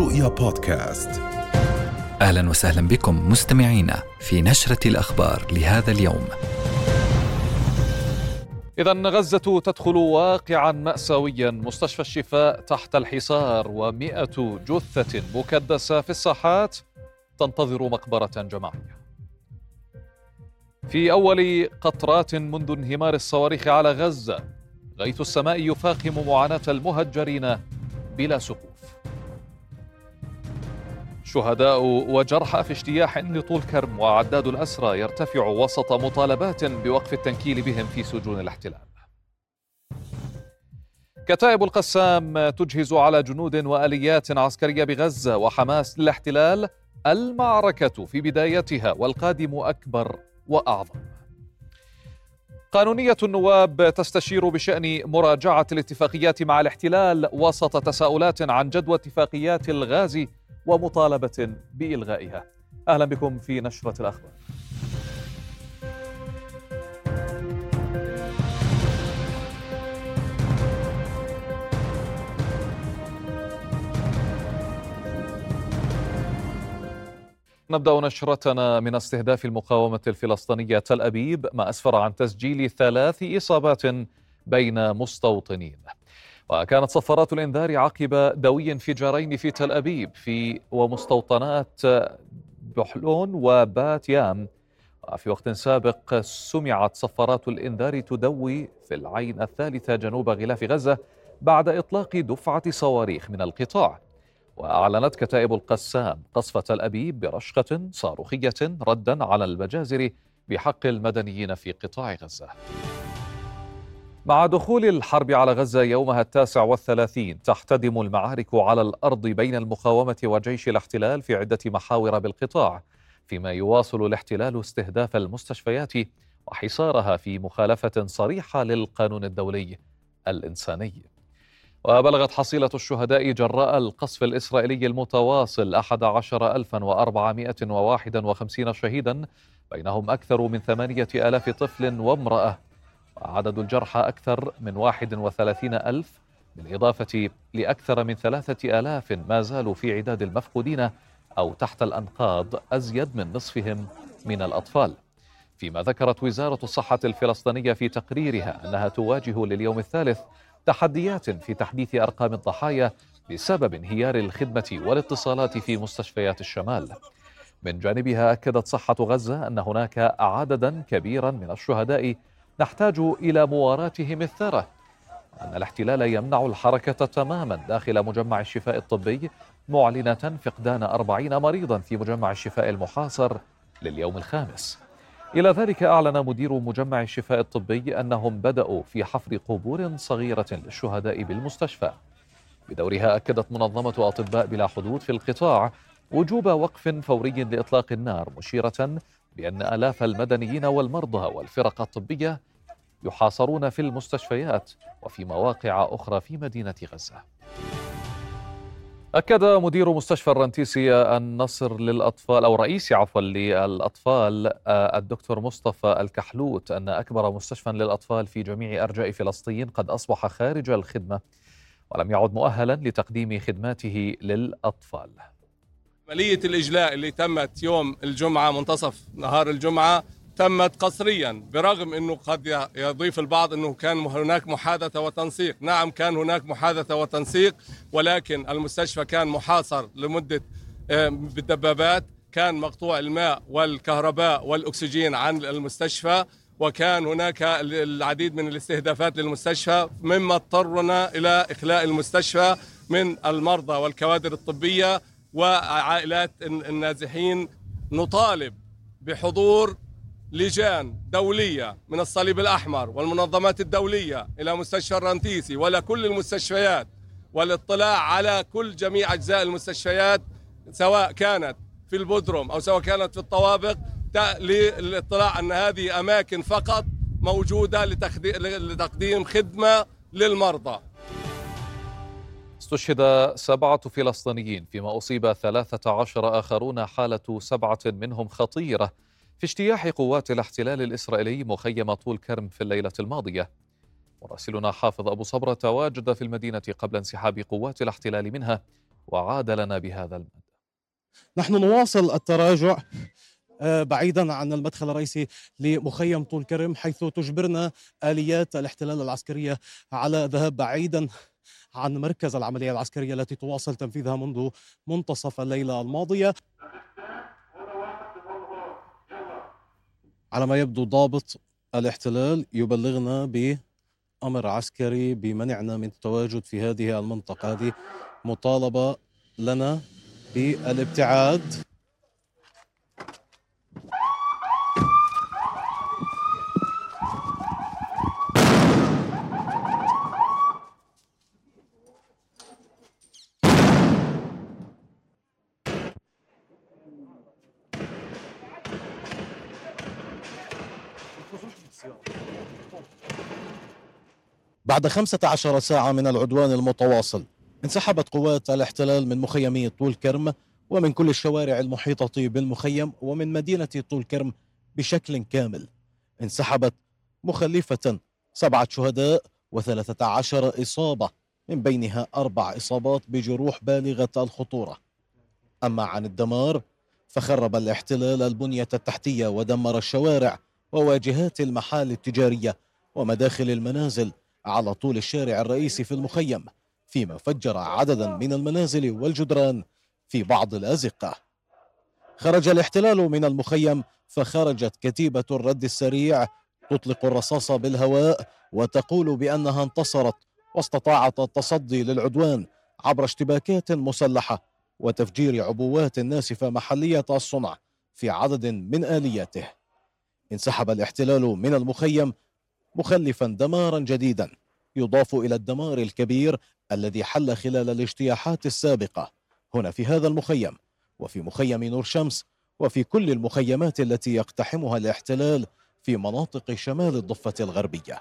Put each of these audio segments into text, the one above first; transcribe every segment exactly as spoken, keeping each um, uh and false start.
رؤيا بودكاست. أهلا وسهلا بكم مستمعينا في نشرة الأخبار لهذا اليوم. إذن غزة تدخل واقعا مأساويا، مستشفى الشفاء تحت الحصار ومئة جثة مكدسة في الساحات تنتظر مقبرة جماعية. في أول قطرات منذ انهمار الصواريخ على غزة، غيث السماء يفاقم معاناة المهجرين بلا سقوف. شهداء وجرحى في اجتياح لطول كرم، وعداد الأسرى يرتفع وسط مطالبات بوقف التنكيل بهم في سجون الاحتلال. كتائب القسام تجهز على جنود وآليات عسكرية بغزة، وحماس للاحتلال المعركة في بدايتها والقادم أكبر وأعظم. قانونية النواب تستشير بشأن مراجعة الاتفاقيات مع الاحتلال وسط تساؤلات عن جدوى اتفاقيات الغاز ومطالبة بإلغائها. أهلا بكم في نشرة الأخبار. نبدأ نشرتنا من استهداف المقاومة الفلسطينية تل أبيب، ما أسفر عن تسجيل ثلاث إصابات بين مستوطنين. وكانت صفارات الإنذار عقب دوي انفجارين في تل أبيب في ومستوطنات بحلون وبات يام. وفي وقت سابق سمعت صفارات الإنذار تدوي في العين الثالثة جنوب غلاف غزة بعد إطلاق دفعة صواريخ من القطاع. وأعلنت كتائب القسام قصف تل أبيب برشقة صاروخية ردا على المجازر بحق المدنيين في قطاع غزة. مع دخول الحرب على غزة يومها التاسع والثلاثين، تحتدم المعارك على الأرض بين المقاومة وجيش الاحتلال في عدة محاور بالقطاع، فيما يواصل الاحتلال استهداف المستشفيات وحصارها في مخالفة صريحة للقانون الدولي الإنساني. وبلغت حصيلة الشهداء جراء القصف الإسرائيلي المتواصل أحد عشر ألفا وأربعمائة وواحد وخمسين شهيدا، بينهم أكثر من ثمانية آلاف طفل وامرأة، وعدد الجرحى أكثر من واحد وثلاثين ألف، بالإضافة لأكثر من ثلاثة آلاف ما زالوا في عداد المفقودين أو تحت الأنقاض، أزيد من نصفهم من الأطفال. فيما ذكرت وزارة الصحة الفلسطينية في تقريرها أنها تواجه لليوم الثالث تحديات في تحديث أرقام الضحايا بسبب انهيار الخدمة والاتصالات في مستشفيات الشمال. من جانبها أكدت صحة غزة أن هناك عددا كبيرا من الشهداء نحتاج إلى مواراتهم الثارة، أن الاحتلال يمنع الحركة تماما داخل مجمع الشفاء الطبي، معلنة فقدان أربعين مريضا في مجمع الشفاء المحاصر لليوم الخامس. إلى ذلك أعلن مدير مجمع الشفاء الطبي أنهم بدأوا في حفر قبور صغيرة للشهداء بالمستشفى. بدورها أكدت منظمة أطباء بلا حدود في القطاع وجوب وقف فوري لإطلاق النار، مشيرة بأن آلاف المدنيين والمرضى والفرق الطبية يحاصرون في المستشفيات وفي مواقع أخرى في مدينة غزة. أكد مدير مستشفى الرنتيسي النصر للأطفال أو رئيس عفوا للأطفال الدكتور مصطفى الكحلوت أن أكبر مستشفى للأطفال في جميع أرجاء فلسطين قد أصبح خارج الخدمة ولم يعد مؤهلا لتقديم خدماته للأطفال. عملية الإجلاء اللي تمت يوم الجمعة منتصف نهار الجمعة تمت قسريا، برغم أنه قد يضيف البعض أنه كان هناك محادثة وتنسيق. نعم كان هناك محادثة وتنسيق، ولكن المستشفى كان محاصر لمدة بالدبابات، كان مقطوع الماء والكهرباء والأكسجين عن المستشفى، وكان هناك العديد من الاستهدافات للمستشفى، مما اضطرنا إلى إخلاء المستشفى من المرضى والكوادر الطبية وعائلات النازحين. نطالب بحضور لجان دولية من الصليب الأحمر والمنظمات الدولية إلى مستشفى الرنتيسي ولا كل المستشفيات، والاطلاع على كل جميع أجزاء المستشفيات سواء كانت في البودروم أو سواء كانت في الطوابق، للاطلاع أن هذه أماكن فقط موجودة لتقديم خدمة للمرضى. استشهد سبعة فلسطينيين فيما أصيب ثلاثة عشر آخرون، حالة سبعة منهم خطيرة، في اجتياح قوات الاحتلال الإسرائيلي مخيم طول كرم في الليلة الماضية. مراسلنا حافظ أبو صبرة تواجد في المدينة قبل انسحاب قوات الاحتلال منها وعاد لنا بهذا المدى. نحن نواصل التراجع بعيدا عن المدخل الرئيسي لمخيم طول كرم، حيث تجبرنا آليات الاحتلال العسكرية على الذهاب بعيدا عن مركز العملية العسكرية التي تواصل تنفيذها منذ منتصف الليلة الماضية. على ما يبدو ضابط الاحتلال يبلغنا بأمر عسكري بمنعنا من التواجد في هذه المنطقة. هذه مطالبة لنا بالابتعاد. بعد خمسة عشر ساعة من العدوان المتواصل انسحبت قوات الاحتلال من مخيمي طول كرم ومن كل الشوارع المحيطة بالمخيم ومن مدينة طول كرم بشكل كامل. انسحبت مخلفة سبعة شهداء وثلاثة عشر إصابة، من بينها أربع إصابات بجروح بالغة الخطورة. أما عن الدمار فخرب الاحتلال البنية التحتية ودمر الشوارع وواجهات المحال التجارية ومداخل المنازل على طول الشارع الرئيسي في المخيم، فيما فجر عددا من المنازل والجدران في بعض الأزقة. خرج الاحتلال من المخيم فخرجت كتيبة الرد السريع تطلق الرصاص بالهواء وتقول بأنها انتصرت واستطاعت التصدي للعدوان عبر اشتباكات مسلحة وتفجير عبوات ناسفة محلية الصنع في عدد من آلياته. انسحب الاحتلال من المخيم مخلفا دمارا جديدا يضاف إلى الدمار الكبير الذي حل خلال الاجتياحات السابقة هنا في هذا المخيم وفي مخيم نور شمس وفي كل المخيمات التي يقتحمها الاحتلال في مناطق شمال الضفة الغربية.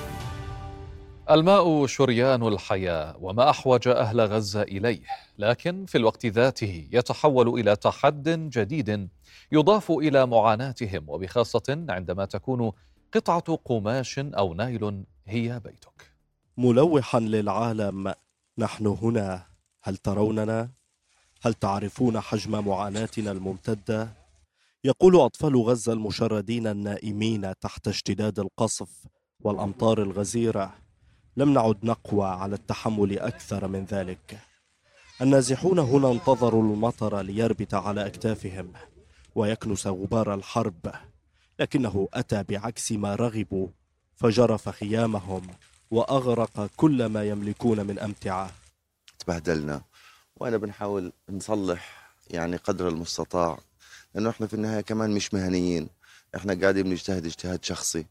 الماء شريان الحياة وما أحوج أهل غزة إليه، لكن في الوقت ذاته يتحول إلى تحد جديد يضاف إلى معاناتهم، وبخاصة عندما تكون قطعة قماش أو نايلون هي بيتك. ملوحا للعالم: نحن هنا، هل تروننا؟ هل تعرفون حجم معاناتنا الممتدة؟ يقول أطفال غزة المشردين النائمين تحت اشتداد القصف والأمطار الغزيرة: لم نعد نقوى على التحمل أكثر من ذلك. النازحون هنا انتظروا المطر ليربت على أكتافهم ويكنس غبار الحرب، لكنه أتى بعكس ما رغبوا، فجرف خيامهم وأغرق كل ما يملكون من أمتعة. تبهدلنا، وأنا بنحاول نصلح يعني قدر المستطاع، لأنه إحنا في النهاية كمان مش مهنيين، إحنا قاعدين بنجتهد اجتهاد شخصي،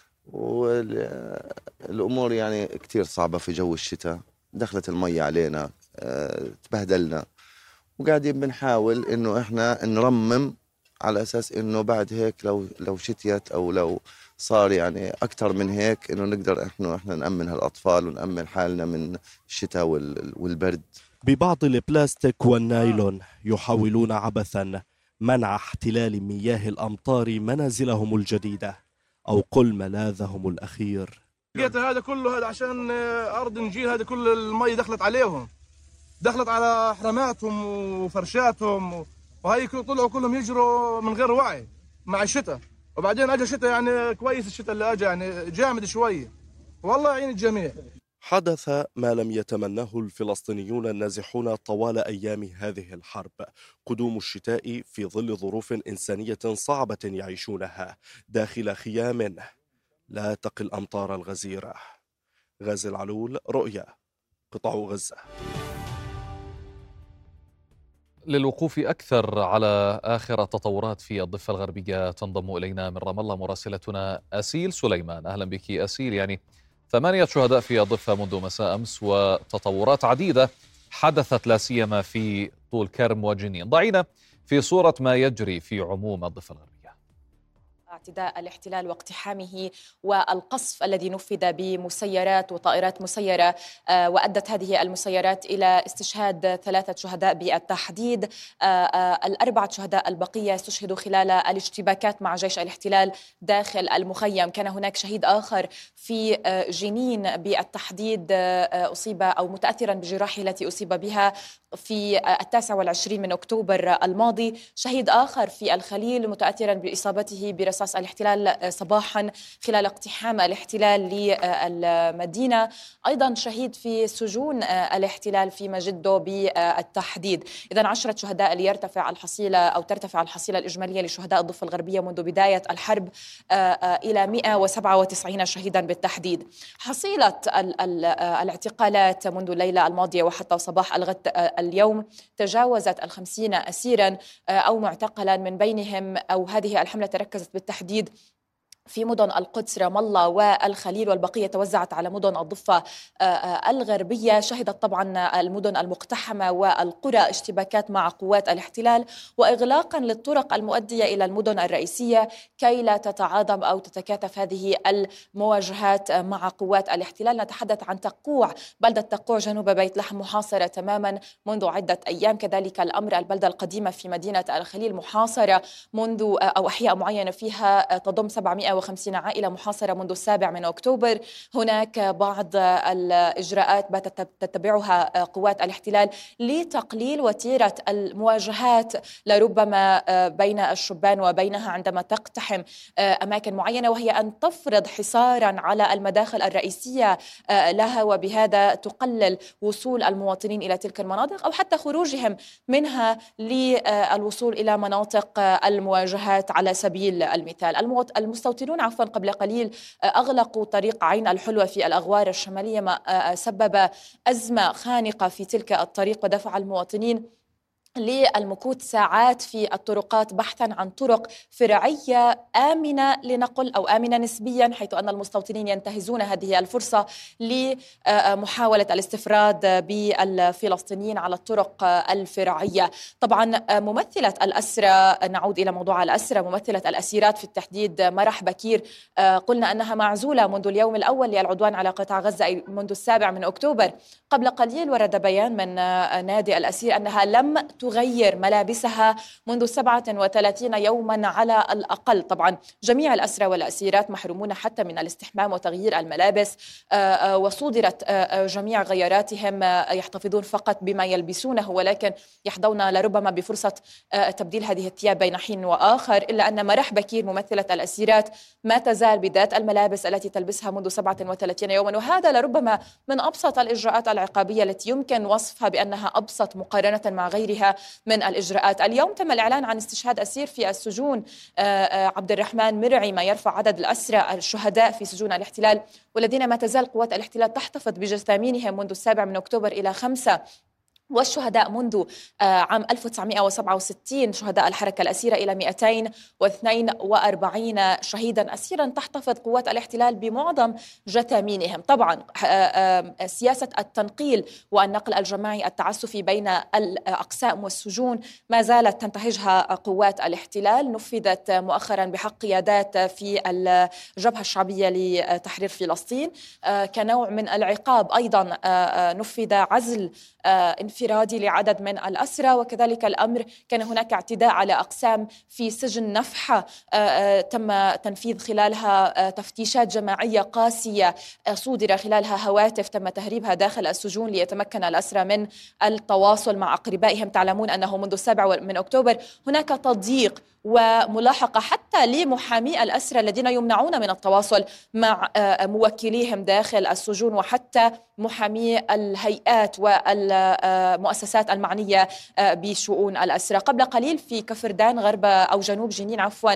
والأمور يعني كتير صعبة في جو الشتاء. دخلت المية علينا، أه تبهدلنا، وقاعدين بنحاول إنه إحنا نرمم على أساس إنه بعد هيك لو لو شتيت أو لو صار يعني أكتر من هيك إنه نقدر إحنا إحنا نأمن هالأطفال ونأمن حالنا من الشتاء والبرد. ببعض البلاستيك والنايلون يحاولون عبثا منع احتلال مياه الأمطار منازلهم الجديدة أو قل ملاذهم الأخير. لقيت هذا كله هذا عشان أرض نجيل، هذا كل المي دخلت عليهم، دخلت على حرماتهم وفرشاتهم، وهي طلعوا كلهم يجروا من غير وعي مع الشتاء. وبعدين اجى شتاء يعني كويس، الشتاء اللي اجى يعني جامد شوي، والله يعين الجميع. حدث ما لم يتمناه الفلسطينيون النازحون طوال أيام هذه الحرب: قدوم الشتاء في ظل ظروف إنسانية صعبة يعيشونها داخل خيام لا تقي الأمطار الغزيرة. غازي العلول، رؤيا، قطاع غزة. للوقوف أكثر على آخر التطورات في الضفة الغربية تنضم إلينا من رام الله مراسلتنا أسيل سليمان. أهلا بك أسيل. يعني ثمانية شهداء في الضفة منذ مساء أمس وتطورات عديدة حدثت لا سيما في طول كرم وجنين. ضعينا في صورة ما يجري في عموم الضفة الغربية. اعتداء الاحتلال واقتحامه والقصف الذي نفذ بمسيرات وطائرات مسيرة، وأدت هذه المسيرات إلى استشهاد ثلاثة شهداء بالتحديد. الأربعة شهداء البقية استشهدوا خلال الاشتباكات مع جيش الاحتلال داخل المخيم. كان هناك شهيد آخر في جنين بالتحديد أصيب أو متأثرا بجراحه التي أصيب بها في التاسع والعشرين من أكتوبر الماضي. شهيد آخر في الخليل متأثرا بإصابته برصاص الاحتلال صباحا خلال اقتحام الاحتلال للمدينة. أيضا شهيد في سجون الاحتلال في مجدو بالتحديد. إذن عشرة شهداء ليرتفع الحصيلة أو ترتفع الحصيلة الإجمالية لشهداء الضفة الغربية منذ بداية الحرب إلى مئة وسبعة وتسعين شهيدا بالتحديد. حصيلة الاعتقالات منذ الليلة الماضية وحتى صباح الغد اليوم تجاوزت الخمسين أسيرا أو معتقلا، من بينهم أو هذه الحملة تركزت بالتحديد في مدن القدس، رام الله والخليل، والبقية توزعت على مدن الضفة الغربية. شهدت طبعا المدن المقتحمة والقرى اشتباكات مع قوات الاحتلال وإغلاقا للطرق المؤدية إلى المدن الرئيسية كي لا تتعاظم أو تتكاثف هذه المواجهات مع قوات الاحتلال. نتحدث عن تقوع، بلدة تقوع جنوب بيت لحم محاصرة تماما منذ عدة أيام. كذلك الأمر البلدة القديمة في مدينة الخليل محاصرة منذ أو أحياء معينة فيها تضم سبعمئة وخمسين عائلة محاصرة منذ السابع من أكتوبر. هناك بعض الإجراءات باتت تتبعها قوات الاحتلال لتقليل وتيرة المواجهات لربما بين الشبان وبينها عندما تقتحم أماكن معينة، وهي أن تفرض حصارا على المداخل الرئيسية لها، وبهذا تقلل وصول المواطنين إلى تلك المناطق أو حتى خروجهم منها للوصول إلى مناطق المواجهات. على سبيل المثال المستوطنون عفوا قبل قليل أغلقوا طريق عين الحلوة في الأغوار الشمالية، ما سبب أزمة خانقة في تلك الطريق ودفع المواطنين للمكوث ساعات في الطرقات بحثا عن طرق فرعية آمنة لنقل أو آمنة نسبيا، حيث أن المستوطنين ينتهزون هذه الفرصة لمحاولة الاستفراد بالفلسطينيين على الطرق الفرعية. طبعا ممثلة الأسرى، نعود إلى موضوع الأسرى، ممثلة الأسيرات في التحديد مرح بكير قلنا أنها معزولة منذ اليوم الأول للعدوان على قطاع غزة أي منذ السابع من أكتوبر. قبل قليل ورد بيان من نادي الأسير أنها لم تغير ملابسها منذ سبعة وثلاثين يوما على الأقل. طبعا جميع الأسرى والأسيرات محرومون حتى من الاستحمام وتغيير الملابس، وصودرت جميع غياراتهم، يحتفظون فقط بما يلبسونه ولكن يحظون لربما بفرصة تبديل هذه الثياب بين حين وآخر. إلا أن مرح بكير ممثلة الأسيرات ما تزال بذات الملابس التي تلبسها منذ سبعة وثلاثين يوما، وهذا لربما من أبسط الإجراءات العقابية التي يمكن وصفها بأنها أبسط مقارنة مع غيرها من الإجراءات. اليوم تم الإعلان عن استشهاد أسير في السجون، عبد الرحمن مرعي، ما يرفع عدد الأسرى الشهداء في سجون الاحتلال والذين ما تزال قوات الاحتلال تحتفظ بجثامينهم منذ السابع من أكتوبر إلى خمسة، والشهداء منذ عام ألف وتسعمئة وسبعة وستين شهداء الحركة الأسيرة إلى مئتين واثنين وأربعين شهيدا أسيرا تحتفظ قوات الاحتلال بمعظم جثامينهم. طبعا سياسة التنقيل والنقل الجماعي التعسفي بين الأقسام والسجون ما زالت تنتهجها قوات الاحتلال، نفذت مؤخرا بحق قيادات في الجبهة الشعبية لتحرير فلسطين كنوع من العقاب. أيضا نفذ عزل انفرادي لعدد من الأسرى، وكذلك الأمر كان هناك اعتداء على أقسام في سجن نفحة تم تنفيذ خلالها تفتيشات جماعية قاسية، صودر خلالها هواتف تم تهريبها داخل السجون ليتمكن الأسرى من التواصل مع أقربائهم. تعلمون أنه منذ السابع من أكتوبر هناك تضييق وملاحقة حتى لمحامي الأسرى الذين يمنعون من التواصل مع موكليهم داخل السجون، وحتى محامي الهيئات والمؤسسات المعنية بشؤون الأسرى. قبل قليل في كفردان غرب أو جنوب جنين عفوا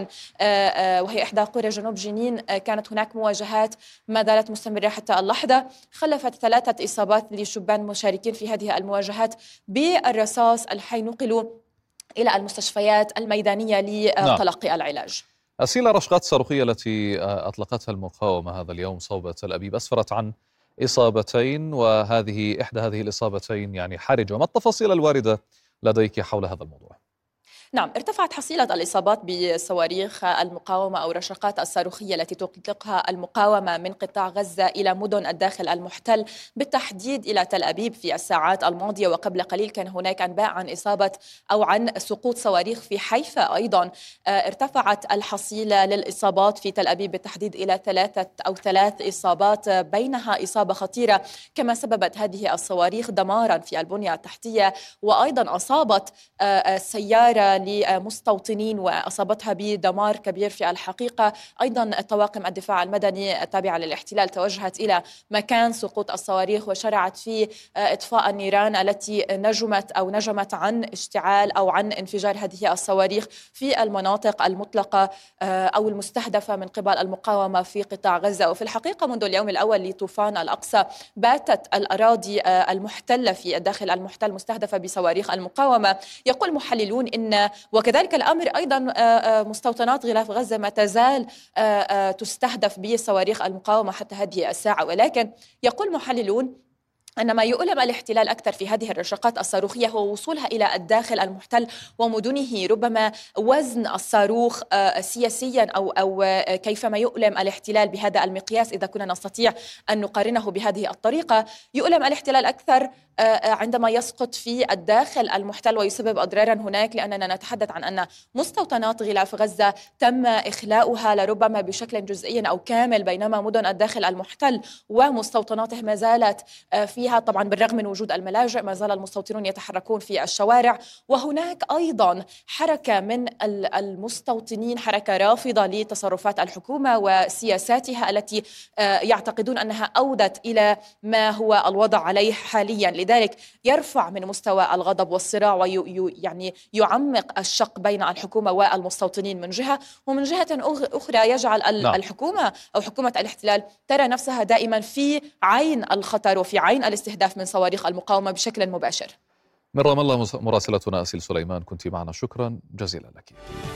وهي إحدى قرى جنوب جنين كانت هناك مواجهات ما زالت مستمرة حتى اللحظة، خلفت ثلاثة إصابات لشبان مشاركين في هذه المواجهات بالرصاص الحي نقلوا إلى المستشفيات الميدانية لتلقي نعم. العلاج. أسيل رشقات الصاروخية التي أطلقتها المقاومة هذا اليوم صوب تل أبيب أسفرت عن إصابتين، وهذه إحدى هذه الإصابتين يعني حرجة. ما التفاصيل الواردة لديك حول هذا الموضوع؟ نعم، ارتفعت حصيلة الإصابات بصواريخ المقاومة أو رشقات الصاروخية التي تطلقها المقاومة من قطاع غزة إلى مدن الداخل المحتل، بالتحديد إلى تل أبيب في الساعات الماضية. وقبل قليل كان هناك أنباء عن إصابة أو عن سقوط صواريخ في حيفا أيضا. ارتفعت الحصيلة للإصابات في تل أبيب بالتحديد إلى ثلاثة أو ثلاث إصابات، بينها إصابة خطيرة كما سببت هذه الصواريخ دمارا في البنية التحتية، وأيضا أصابت سيارة لمستوطنين وأصابتها بدمار كبير في الحقيقة. أيضا طواقم الدفاع المدني التابعة للاحتلال توجهت إلى مكان سقوط الصواريخ وشرعت في إطفاء النيران التي نجمت أو نجمت عن اشتعال أو عن انفجار هذه الصواريخ في المناطق المطلقة أو المستهدفة من قبل المقاومة في قطاع غزة. وفي الحقيقة منذ اليوم الأول لطوفان الأقصى باتت الأراضي المحتلة في الداخل المحتل مستهدفة بصواريخ المقاومة. يقول محللون إن وكذلك الأمر أيضا مستوطنات غلاف غزة ما تزال تستهدف بصواريخ المقاومة حتى هذه الساعة، ولكن يقول محللون أن ما يؤلم الاحتلال أكثر في هذه الرشقات الصاروخية هو وصولها إلى الداخل المحتل ومدنه. ربما وزن الصاروخ سياسيا أو أو كيفما يؤلم الاحتلال بهذا المقياس، إذا كنا نستطيع أن نقارنه بهذه الطريقة، يؤلم الاحتلال أكثر عندما يسقط في الداخل المحتل ويسبب أضرارا هناك، لأننا نتحدث عن أن مستوطنات غلاف غزة تم إخلاؤها لربما بشكل جزئي أو كامل، بينما مدن الداخل المحتل ومستوطناته ما زالت فيها طبعا بالرغم من وجود الملاجئ ما زال المستوطنون يتحركون في الشوارع. وهناك أيضا حركة من المستوطنين، حركة رافضة لتصرفات الحكومة وسياساتها التي يعتقدون أنها أودت إلى ما هو الوضع عليه حاليا. لذلك يرفع من مستوى الغضب والصراع ويعني يعمق الشق بين الحكومة والمستوطنين من جهة، ومن جهة أخرى يجعل الحكومة أو حكومة الاحتلال ترى نفسها دائما في عين الخطر وفي عين الاستهداف من صواريخ المقاومة بشكل مباشر. من رام الله مراسلتنا أسيل سليمان، كنت معنا، شكرا جزيلا لك.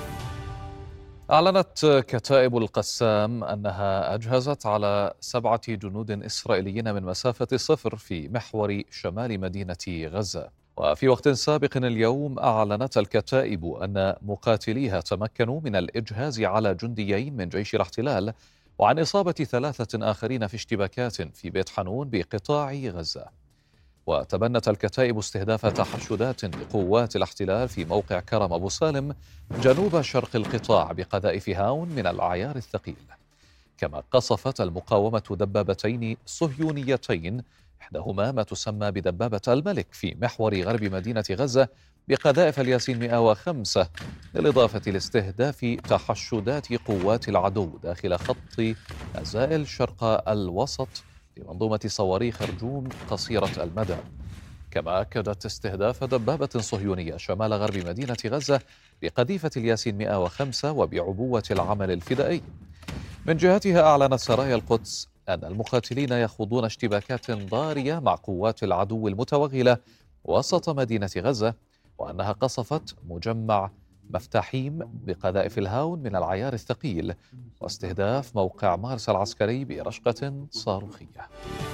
أعلنت كتائب القسام أنها أجهزت على سبعة جنود إسرائيليين من مسافة صفر في محور شمال مدينة غزة. وفي وقت سابق اليوم أعلنت الكتائب أن مقاتليها تمكنوا من الإجهاز على جنديين من جيش الاحتلال وعن إصابة ثلاثة آخرين في اشتباكات في بيت حنون بقطاع غزة. وتبنت الكتائب استهداف تحشدات لقوات الاحتلال في موقع كرم أبو سالم جنوب شرق القطاع بقذائف هاون من الأعيار الثقيل. كما قصفت المقاومة دبابتين صهيونيتين، إحداهما ما تسمى بدبابة الملك في محور غرب مدينة غزة بقذائف الياسين مئة وخمسة، بالإضافة لاستهداف تحشدات قوات العدو داخل خط أزائل شرق الوسط لمنظومة صواريخ رجوم قصيرة المدى. كما أكدت استهداف دبابة صهيونية شمال غرب مدينة غزة بقذيفة الياسين مئة وخمسة وبعبوة العمل الفدائي. من جهتها أعلنت سرايا القدس أن المقاتلين يخوضون اشتباكات ضارية مع قوات العدو المتوغلة وسط مدينة غزة، وأنها قصفت مجمع مفتاحيم بقذائف الهاون من العيار الثقيل واستهداف موقع مارس العسكري برشقة صاروخية.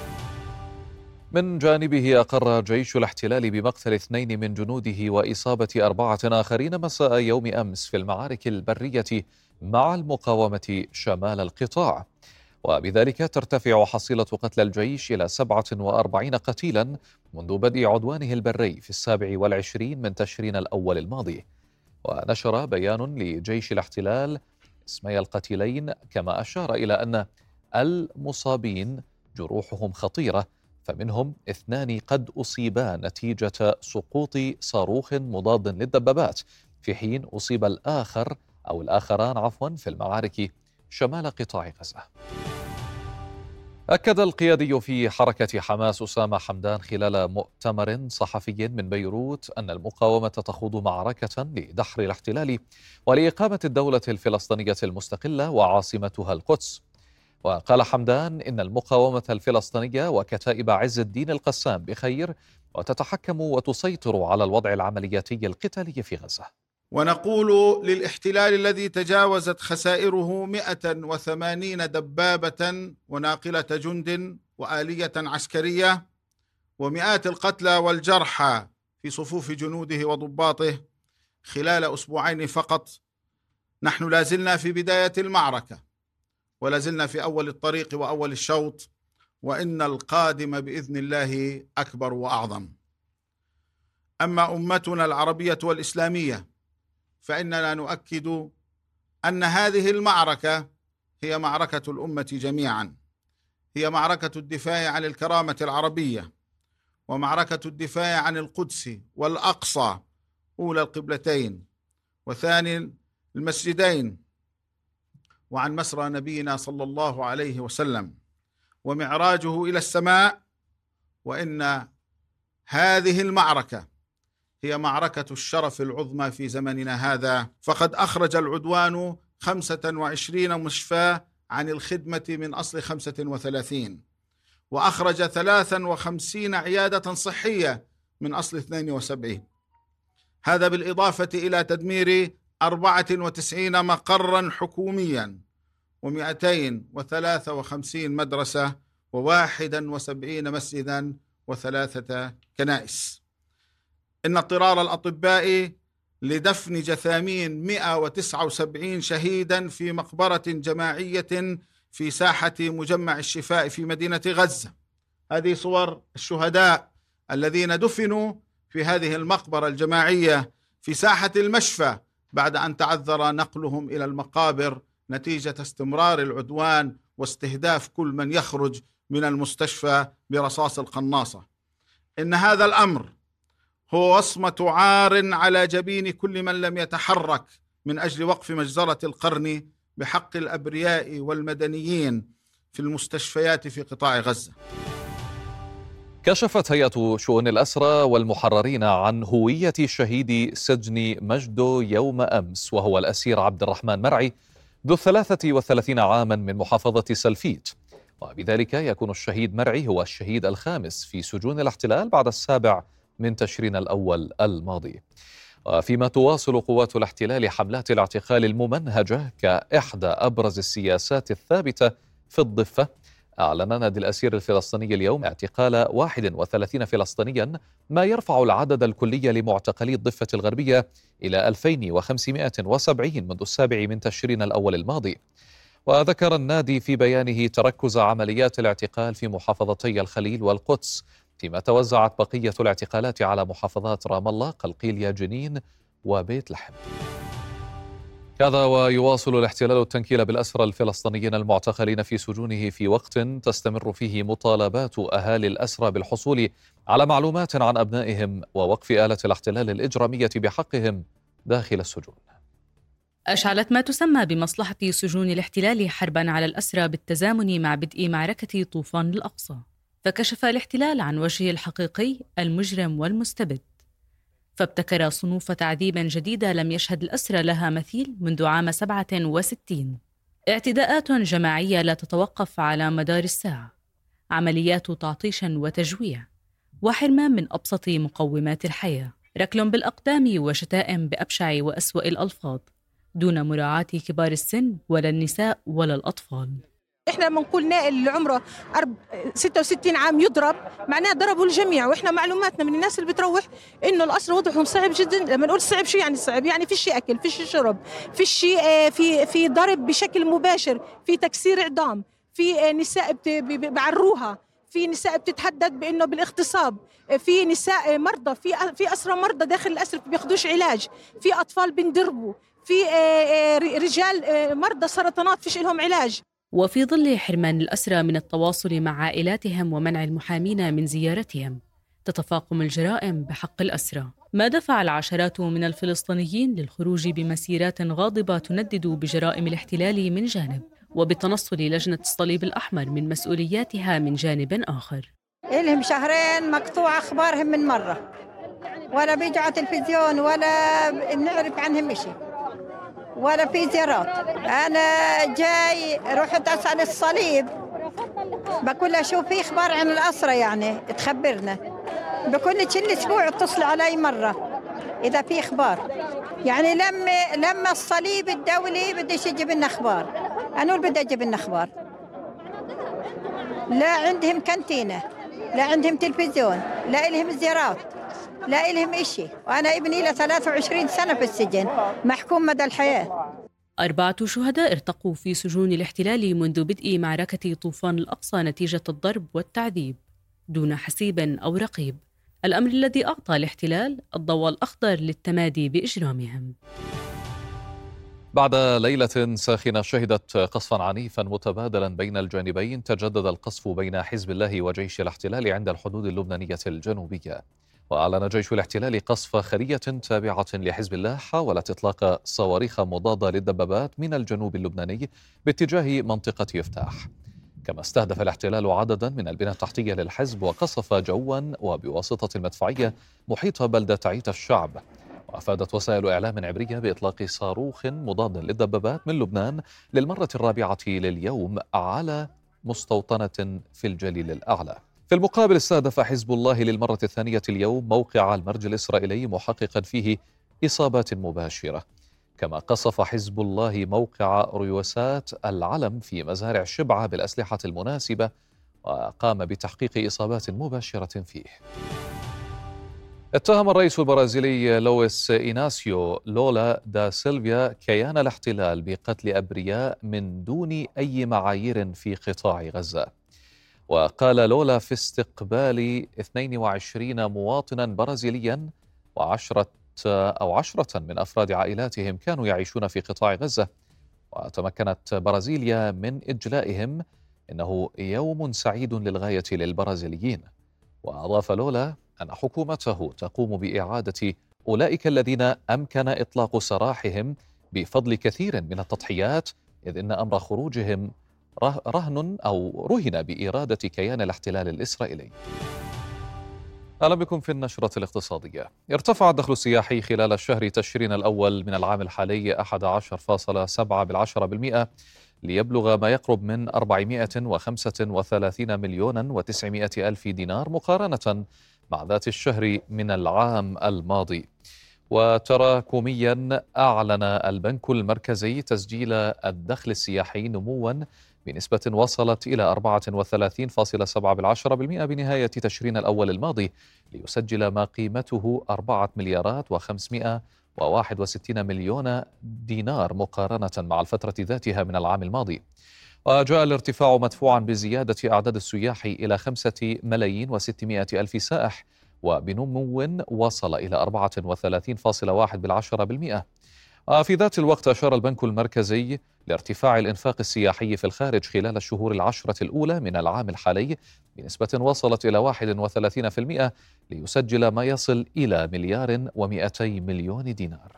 من جانبه أقر جيش الاحتلال بمقتل اثنين من جنوده وإصابة أربعة آخرين مساء يوم أمس في المعارك البرية مع المقاومة شمال القطاع، وبذلك ترتفع حصيلة قتلى الجيش إلى سبعة وأربعين قتيلا منذ بدء عدوانه البري في السابع والعشرين من تشرين الأول الماضي. ونشر بيان لجيش الاحتلال اسمي القتيلين، كما أشار إلى أن المصابين جروحهم خطيرة، فمنهم اثنان قد أصيبا نتيجة سقوط صاروخ مضاد للدبابات، في حين أصيب الآخر أو الآخران عفوا في المعارك شمال قطاع غزة. أكد القيادي في حركة حماس أسامة حمدان خلال مؤتمر صحفي من بيروت أن المقاومة تخوض معركة لدحر الاحتلال ولإقامة الدولة الفلسطينية المستقلة وعاصمتها القدس. وقال حمدان إن المقاومة الفلسطينية وكتائب عز الدين القسام بخير وتتحكم وتسيطر على الوضع العملياتي القتالي في غزة. ونقول للاحتلال الذي تجاوزت خسائره مئة وثمانين دبابة وناقلة جند وآلية عسكرية ومئات القتلى والجرحى في صفوف جنوده وضباطه، خلال أسبوعين فقط نحن لازلنا في بداية المعركة، ولازلنا في أول الطريق وأول الشوط، وإن القادم بإذن الله أكبر وأعظم. أما أمتنا العربية والإسلامية فإننا نؤكد أن هذه المعركة هي معركة الأمة جميعا، هي معركة الدفاع عن الكرامة العربية، ومعركة الدفاع عن القدس والأقصى أولى القبلتين وثاني المسجدين، وعن مسرى نبينا صلى الله عليه وسلم ومعراجه إلى السماء. وإن هذه المعركة هي معركة الشرف العظمى في زمننا هذا، فقد أخرج العدوان خمسة وعشرين مشفى عن الخدمة من أصل خمسة وثلاثين، وأخرج ثلاثا وخمسين عيادة صحية من أصل اثنين وسبعين، هذا بالإضافة إلى تدمير أربعة وتسعين مقرا حكوميا ومئتين وثلاثة وخمسين مدرسة وواحدا وسبعين مسجدا وثلاثة كنائس. إن اضطرار الأطباء لدفن جثامين مئة وتسعة وسبعين شهيدا في مقبرة جماعية في ساحة مجمع الشفاء في مدينة غزة. هذه صور الشهداء الذين دفنوا في هذه المقبرة الجماعية في ساحة المشفى بعد أن تعذر نقلهم إلى المقابر نتيجة استمرار العدوان واستهداف كل من يخرج من المستشفى برصاص القناصة. إن هذا الأمر هو وصمة عار على جبين كل من لم يتحرك من أجل وقف مجزرة القرن بحق الأبرياء والمدنيين في المستشفيات في قطاع غزة. كشفت هيئة شؤون الأسرى والمحررين عن هوية شهيد سجن مجدو يوم أمس، وهو الأسير عبد الرحمن مرعي ذو الثلاثة والثلاثين عاما من محافظة سلفيت، وبذلك يكون الشهيد مرعي هو الشهيد الخامس في سجون الاحتلال بعد السابع من تشرين الأول الماضي. وفيما تواصل قوات الاحتلال حملات الاعتقال الممنهجة كإحدى أبرز السياسات الثابتة في الضفة، أعلن نادي الأسير الفلسطيني اليوم اعتقال واحد وثلاثين فلسطينيا، ما يرفع العدد الكلي لمعتقلي الضفة الغربية إلى ألفين وخمسمائة وسبعين منذ السابع من تشرين الأول الماضي. وذكر النادي في بيانه تركز عمليات الاعتقال في محافظتي الخليل والقدس، فيما توزعت بقية الاعتقالات على محافظات رام الله، قلقيلية، جنين وبيت لحم. كذا ويواصل الاحتلال التنكيل بالأسرى الفلسطينيين المعتقلين في سجونه في وقت تستمر فيه مطالبات أهالي الأسرى بالحصول على معلومات عن أبنائهم ووقف آلة الاحتلال الإجرامية بحقهم داخل السجون. أشعلت ما تسمى بمصلحة سجون الاحتلال حرباً على الأسرى بالتزامن مع بدء معركة طوفان الأقصى، فكشف الاحتلال عن وجهه الحقيقي المجرم والمستبد، فابتكر صنوف تعذيب جديدة لم يشهد الأسرى لها مثيل منذ عام سبعة وستين، اعتداءات جماعية لا تتوقف على مدار الساعة، عمليات تعطيش وتجويع، وحرمان من أبسط مقومات الحياة، ركل بالأقدام وشتائم بأبشع وأسوأ الألفاظ، دون مراعاة كبار السن ولا النساء ولا الأطفال. احنا لما نقول نائل اللي عمره ستة وستين عام يضرب، معناه ضربوا الجميع، واحنا معلوماتنا من الناس اللي بتروح انه الاسر وضعهم صعب جدا. لما نقول صعب شو يعني صعب؟ يعني فيش اكل، فيش شرب، فيش في في ضرب بشكل مباشر، في تكسير اعدام، في نساء بعروها، في نساء بتتهدد بانه بالاغتصاب، في نساء مرضى، في في اسرى مرضى داخل الاسر بياخذوش علاج، في اطفال بنضربوا، في رجال مرضى سرطانات فيش لهم علاج. وفي ظل حرمان الأسرى من التواصل مع عائلاتهم ومنع المحامين من زيارتهم، تتفاقم الجرائم بحق الأسرى، ما دفع العشرات من الفلسطينيين للخروج بمسيرات غاضبة تندد بجرائم الاحتلال من جانب، وبتنصل لجنة الصليب الأحمر من مسؤولياتها من جانب آخر. إلهم شهرين مقطوع أخبارهم من مرة، ولا بيجوا على التلفزيون ولا بنعرف عنهم شيء ولا في زيارات. أنا جاي رحت أسأل الصليب، بقول له شو في إخبار عن الأسرى يعني تخبرنا، بقول لي كل أسبوع اتصل علي مرة إذا في إخبار. يعني لما لما الصليب الدولي بديش يجيب لنا إخبار، أنا بدي أجيب لنا إخبار. لا عندهم كانتينة لا عندهم تلفزيون، لا إلهم زيارات، لا إلهم إشي. وأنا ابني له ثلاثة وعشرين سنة في السجن محكوم مدى الحياة. أربعة شهداء ارتقوا في سجون الاحتلال منذ بدء معركة طوفان الأقصى نتيجة الضرب والتعذيب دون حسيب أو رقيب، الأمر الذي أعطى الاحتلال الضوء الأخضر للتمادي بإجرامهم. بعد ليلة ساخنة شهدت قصفا عنيفا متبادلا بين الجانبين، تجدد القصف بين حزب الله وجيش الاحتلال عند الحدود اللبنانية الجنوبية. وأعلن جيش الاحتلال قصف خلية تابعة لحزب الله حاولت إطلاق صواريخ مضادة للدبابات من الجنوب اللبناني باتجاه منطقة يفتاح. كما استهدف الاحتلال عددا من البنى التحتية للحزب وقصف جوا وبواسطة المدفعية محيط بلدة عيت الشعب. وأفادت وسائل إعلام عبرية بإطلاق صاروخ مضاد للدبابات من لبنان للمرة الرابعة لليوم على مستوطنة في الجليل الأعلى. في المقابل استهدف حزب الله للمرة الثانية اليوم موقع المرج الإسرائيلي محققا فيه إصابات مباشرة. كما قصف حزب الله موقع ريوسات العلم في مزارع شبعة بالأسلحة المناسبة وقام بتحقيق إصابات مباشرة فيه. اتهم الرئيس البرازيلي لويس إيناسيو لولا دا سيلفيا كيان الاحتلال بقتل أبرياء من دون أي معايير في قطاع غزة. وقال لولا في استقبال اثنين وعشرين مواطنا برازيليا وعشرة أو عشرة من أفراد عائلاتهم كانوا يعيشون في قطاع غزة وتمكنت برازيليا من إجلائهم، إنه يوم سعيد للغاية للبرازيليين. وأضاف لولا أن حكومته تقوم بإعادة أولئك الذين أمكن إطلاق سراحهم بفضل كثير من التضحيات، إذ إن أمر خروجهم رهن أو رهن بإرادة كيان الاحتلال الإسرائيلي. أهلا بكم في النشرة الاقتصادية. ارتفع الدخل السياحي خلال الشهر تشرين الأول من العام الحالي أحد عشر فاصلة سبعة بالمئة ليبلغ ما يقرب من أربعمائة وخمسة وثلاثين مليون وتسعمائة ألف دينار مقارنة مع ذات الشهر من العام الماضي. وتراكميا أعلن البنك المركزي تسجيل الدخل السياحي نموا بنسبة وصلت إلى أربعة وثلاثين فاصلة سبعة بالمئة بنهاية تشرين الأول الماضي، ليسجل ما قيمته أربعة مليارات وخمسمائة وواحد وستين مليون دينار مقارنة مع الفترة ذاتها من العام الماضي. وجاء الارتفاع مدفوعا بزيادة أعداد السياح إلى خمسة ملايين وستمائة ألف سائح وبنمو وصل إلى أربعة وثلاثين فاصلة واحد بالمئة. وفي ذات الوقت أشار البنك المركزي لارتفاع الإنفاق السياحي في الخارج خلال الشهور العشرة الأولى من العام الحالي بنسبة وصلت إلى واحد وثلاثين بالمئة ليسجل ما يصل إلى مليار ومئتي مليون دينار.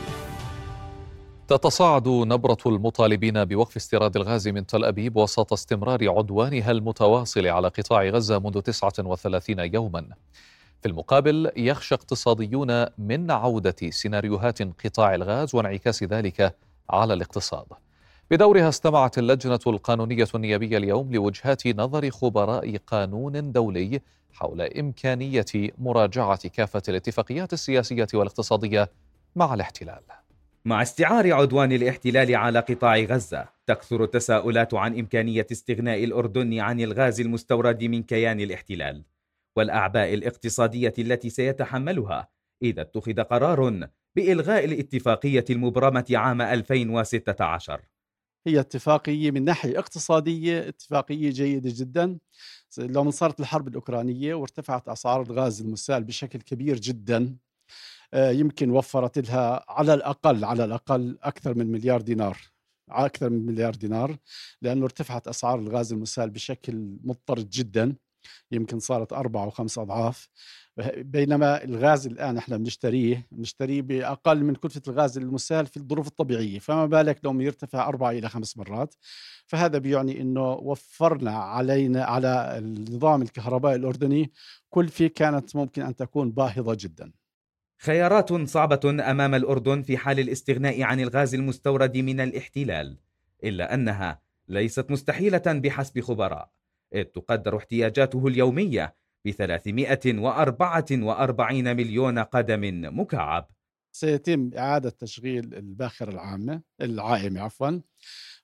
تتصاعد نبرة المطالبين بوقف استيراد الغاز من تل أبيب وسط استمرار عدوانها المتواصل على قطاع غزة منذ تسعة وثلاثين يوما. في المقابل يخشى اقتصاديون من عودة سيناريوهات انقطاع الغاز وانعكاس ذلك على الاقتصاد. بدورها استمعت اللجنة القانونية النيابية اليوم لوجهات نظر خبراء قانون دولي حول إمكانية مراجعة كافة الاتفاقيات السياسية والاقتصادية مع الاحتلال. مع استعار عدوان الاحتلال على قطاع غزة، تكثر التساؤلات عن إمكانية استغناء الأردن عن الغاز المستورد من كيان الاحتلال والأعباء الاقتصادية التي سيتحملها إذا اتخذ قرار بإلغاء الاتفاقية المبرمة عام ألفين وستة عشر. هي اتفاقية من ناحية اقتصادية اتفاقية جيدة جدا. لما صارت الحرب الأوكرانية وارتفعت أسعار الغاز المسال بشكل كبير جدا، يمكن وفرت لها على الأقل على الأقل أكثر من مليار دينار أكثر من مليار دينار لأنه ارتفعت أسعار الغاز المسال بشكل مضطرد جدا، يمكن صارت أربعة وخمس أضعاف. بينما الغاز الآن احنا بنشتريه بنشتريه بأقل من كلفة الغاز المسال في الظروف الطبيعية، فما بالك لو يرتفع أربعة إلى خمس مرات. فهذا بيعني إنه وفرنا علينا على النظام الكهربائي الأردني كلفة كانت ممكن أن تكون باهظة جدا. خيارات صعبة أمام الأردن في حال الاستغناء عن الغاز المستورد من الاحتلال، إلا أنها ليست مستحيلة بحسب خبراء، إذ تقدر احتياجاته اليومية بثلاثمائة وأربعة وأربعين مليون قدم مكعب. سيتم إعادة تشغيل الباخرة العامة العائمة عفوا،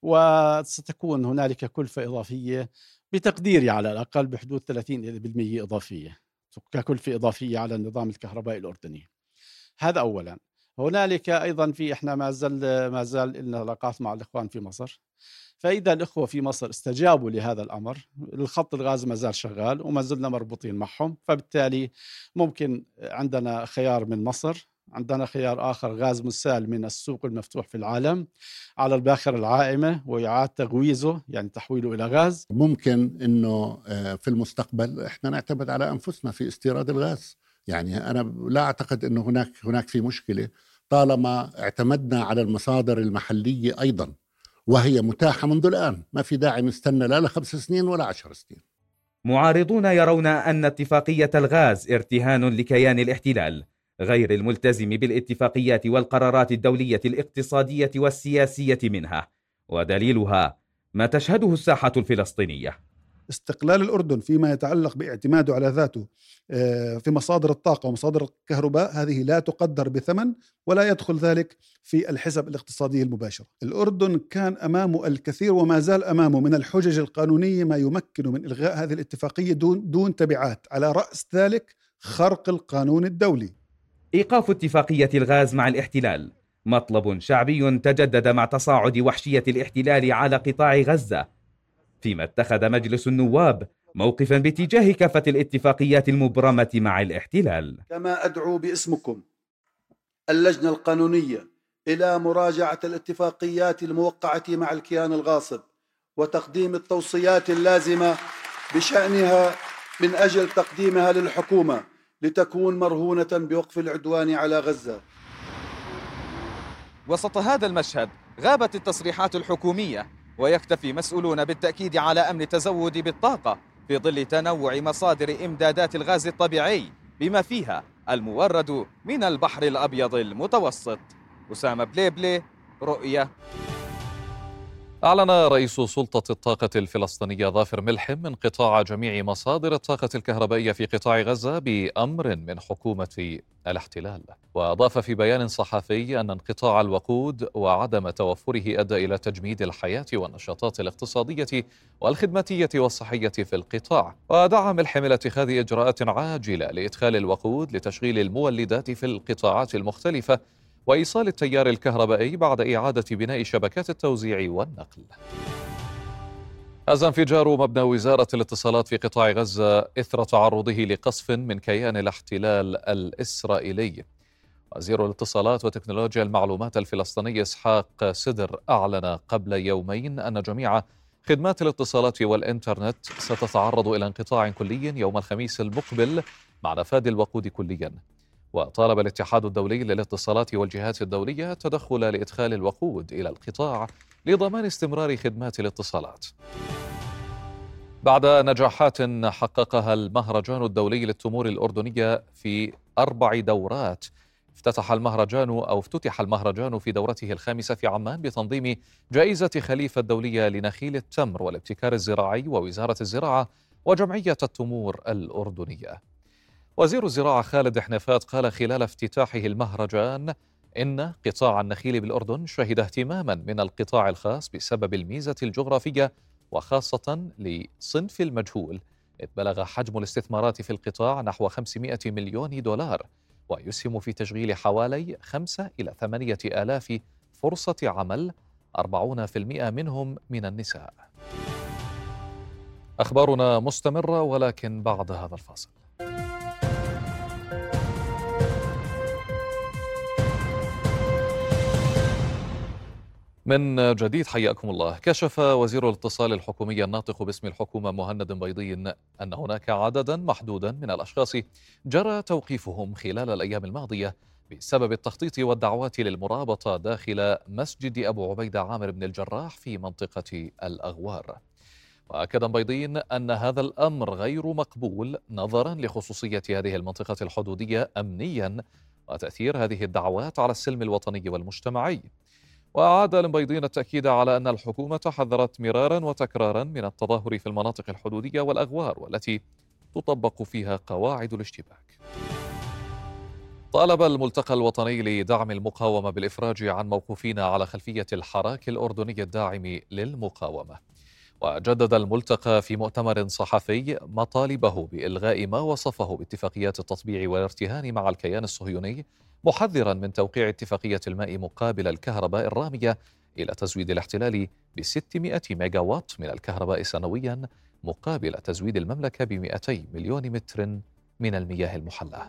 وستكون هنالك كلفة إضافية بتقديري على الأقل بحدود ثلاثين بالمئة إضافية ككلفة إضافية على النظام الكهربائي الأردني. هذا أولا. هنالك أيضا في إحنا ما زال ما زال لنا علاقات مع الإخوان في مصر، فإذا الإخوة في مصر استجابوا لهذا الأمر، الخط الغاز ما زال شغال وما زلنا مربوطين معهم، فبالتالي ممكن عندنا خيار من مصر، عندنا خيار آخر غاز مسال من السوق المفتوح في العالم على الباخرة العائمة وإعادة تغويزه يعني تحويله إلى غاز. ممكن أنه في المستقبل إحنا نعتمد على أنفسنا في استيراد الغاز، يعني أنا لا أعتقد أنه هناك هناك في مشكلة طالما اعتمدنا على المصادر المحلية أيضا، وهي متاحة منذ الآن، ما في داعي نستنى لا لخمس سنين ولا عشر سنين. معارضون يرون أن اتفاقية الغاز ارتهان لكيان الاحتلال غير الملتزم بالاتفاقيات والقرارات الدولية الاقتصادية والسياسية منها، ودليلها ما تشهده الساحة الفلسطينية. استقلال الأردن فيما يتعلق باعتماده على ذاته في مصادر الطاقة ومصادر الكهرباء هذه لا تقدر بثمن ولا يدخل ذلك في الحسب الاقتصادي المباشر. الأردن كان أمامه الكثير وما زال أمامه من الحجج القانونية ما يمكنه من إلغاء هذه الاتفاقية دون دون تبعات، على رأس ذلك خرق القانون الدولي. إيقاف اتفاقية الغاز مع الاحتلال مطلب شعبي تجدد مع تصاعد وحشية الاحتلال على قطاع غزة، فيما اتخذ مجلس النواب موقفا باتجاه كافة الاتفاقيات المبرمة مع الاحتلال. كما أدعو باسمكم اللجنة القانونية إلى مراجعة الاتفاقيات الموقعة مع الكيان الغاصب وتقديم التوصيات اللازمة بشأنها من أجل تقديمها للحكومة لتكون مرهونة بوقف العدوان على غزة. وسط هذا المشهد غابت التصريحات الحكومية، ويكتفي مسؤولون بالتأكيد على أمن التزود بالطاقة في ظل تنوع مصادر إمدادات الغاز الطبيعي بما فيها المورد من البحر الأبيض المتوسط. أسامة بليبلي، رؤية. أعلن رئيس سلطة الطاقة الفلسطينية ظافر ملحم انقطاع جميع مصادر الطاقة الكهربائية في قطاع غزة بأمر من حكومة الاحتلال. وأضاف في بيان صحفي أن انقطاع الوقود وعدم توفره أدى إلى تجميد الحياة والنشاطات الاقتصادية والخدماتية والصحية في القطاع. ودعا ملحم إلى اتخاذ إجراءات عاجلة لإدخال الوقود لتشغيل المولدات في القطاعات المختلفة وإيصال التيار الكهربائي بعد إعادة بناء شبكات التوزيع والنقل. هز انفجار مبنى وزارة الاتصالات في قطاع غزة إثر تعرضه لقصف من كيان الاحتلال الإسرائيلي. وزير الاتصالات وتكنولوجيا المعلومات الفلسطيني إسحاق سدر أعلن قبل يومين أن جميع خدمات الاتصالات والإنترنت ستتعرض إلى انقطاع كلي يوم الخميس المقبل مع نفاذ الوقود كلياً. وطالب الاتحاد الدولي للاتصالات والجهات الدولية التدخل لإدخال الوقود إلى القطاع لضمان استمرار خدمات الاتصالات. بعد نجاحات حققها المهرجان الدولي للتمور الأردنية في أربع دورات، افتتح المهرجان أو افتتح المهرجان في دورته الخامسة في عمان بتنظيم جائزة خليفة الدولية لنخيل التمر والابتكار الزراعي ووزارة الزراعة وجمعية التمور الأردنية. وزير الزراعة خالد حنفات قال خلال افتتاحه المهرجان إن قطاع النخيل بالأردن شهد اهتماما من القطاع الخاص بسبب الميزة الجغرافية وخاصة لصنف المجهول، إذ بلغ حجم الاستثمارات في القطاع نحو خمسمائة مليون دولار ويسهم في تشغيل حوالي خمسة إلى ثمانية آلاف فرصة عمل، أربعين بالمئة منهم من النساء. أخبارنا مستمرة ولكن بعد هذا الفاصل. من جديد حياكم الله. كشف وزير الاتصال الحكومي الناطق باسم الحكومة مهند بيضي أن هناك عددا محدودا من الأشخاص جرى توقيفهم خلال الأيام الماضية بسبب التخطيط والدعوات للمرابطة داخل مسجد أبو عبيدة عامر بن الجراح في منطقة الأغوار. وأكد بيضي أن هذا الأمر غير مقبول نظرا لخصوصية هذه المنطقة الحدودية أمنيا وتأثير هذه الدعوات على السلم الوطني والمجتمعي. وأعاد البيضين التأكيد على أن الحكومة حذرت مرارا وتكرارا من التظاهر في المناطق الحدودية والأغوار والتي تطبق فيها قواعد الاشتباك. طالب الملتقى الوطني لدعم المقاومة بالإفراج عن موقوفين على خلفية الحراك الأردني الداعم للمقاومة. وجدد الملتقى في مؤتمر صحفي مطالبه بإلغاء ما وصفه باتفاقيات التطبيع والارتهان مع الكيان الصهيوني، محذرا من توقيع اتفاقية الماء مقابل الكهرباء الرامية إلى تزويد الاحتلال ب ستمائة ميجاوات من الكهرباء سنويا مقابل تزويد المملكة ب مئتي مليون متر من المياه المحلاة.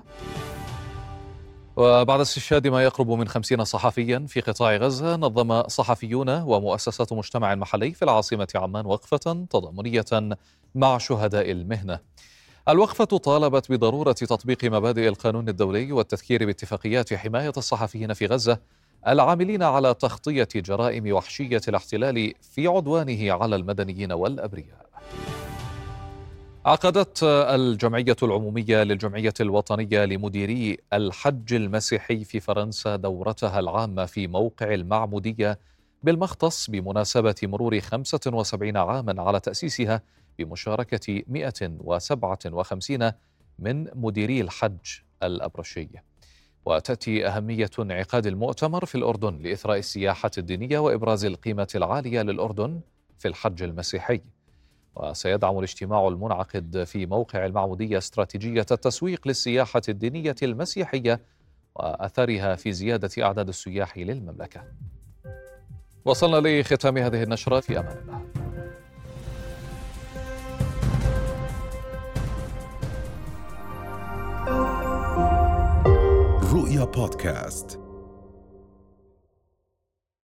وبعد استشهاد ما يقرب من خمسين صحفيا في قطاع غزة، نظم صحفيون ومؤسسات مجتمع محلي في العاصمة عمان وقفة تضامنية مع شهداء المهنة. الوقفة طالبت بضرورة تطبيق مبادئ القانون الدولي والتذكير باتفاقيات حماية الصحفيين في غزة العاملين على تغطية جرائم وحشية الاحتلال في عدوانه على المدنيين والأبرياء. عقدت الجمعية العمومية للجمعية الوطنية لمديري الحج المسيحي في فرنسا دورتها العامة في موقع المعمودية بالمختص بمناسبة مرور خمسة وسبعين عاما على تأسيسها بمشاركة مئة وسبعة وخمسين من مديري الحج الأبرشي. وتأتي أهمية انعقاد المؤتمر في الأردن لإثراء السياحة الدينية وإبراز القيمة العالية للأردن في الحج المسيحي. وسيدعم الاجتماع المنعقد في موقع المعمودية استراتيجية التسويق للسياحة الدينية المسيحية وأثرها في زيادة أعداد السياح للمملكة. وصلنا لختام هذه النشرة، في أمان الله. رؤيا بودكاست.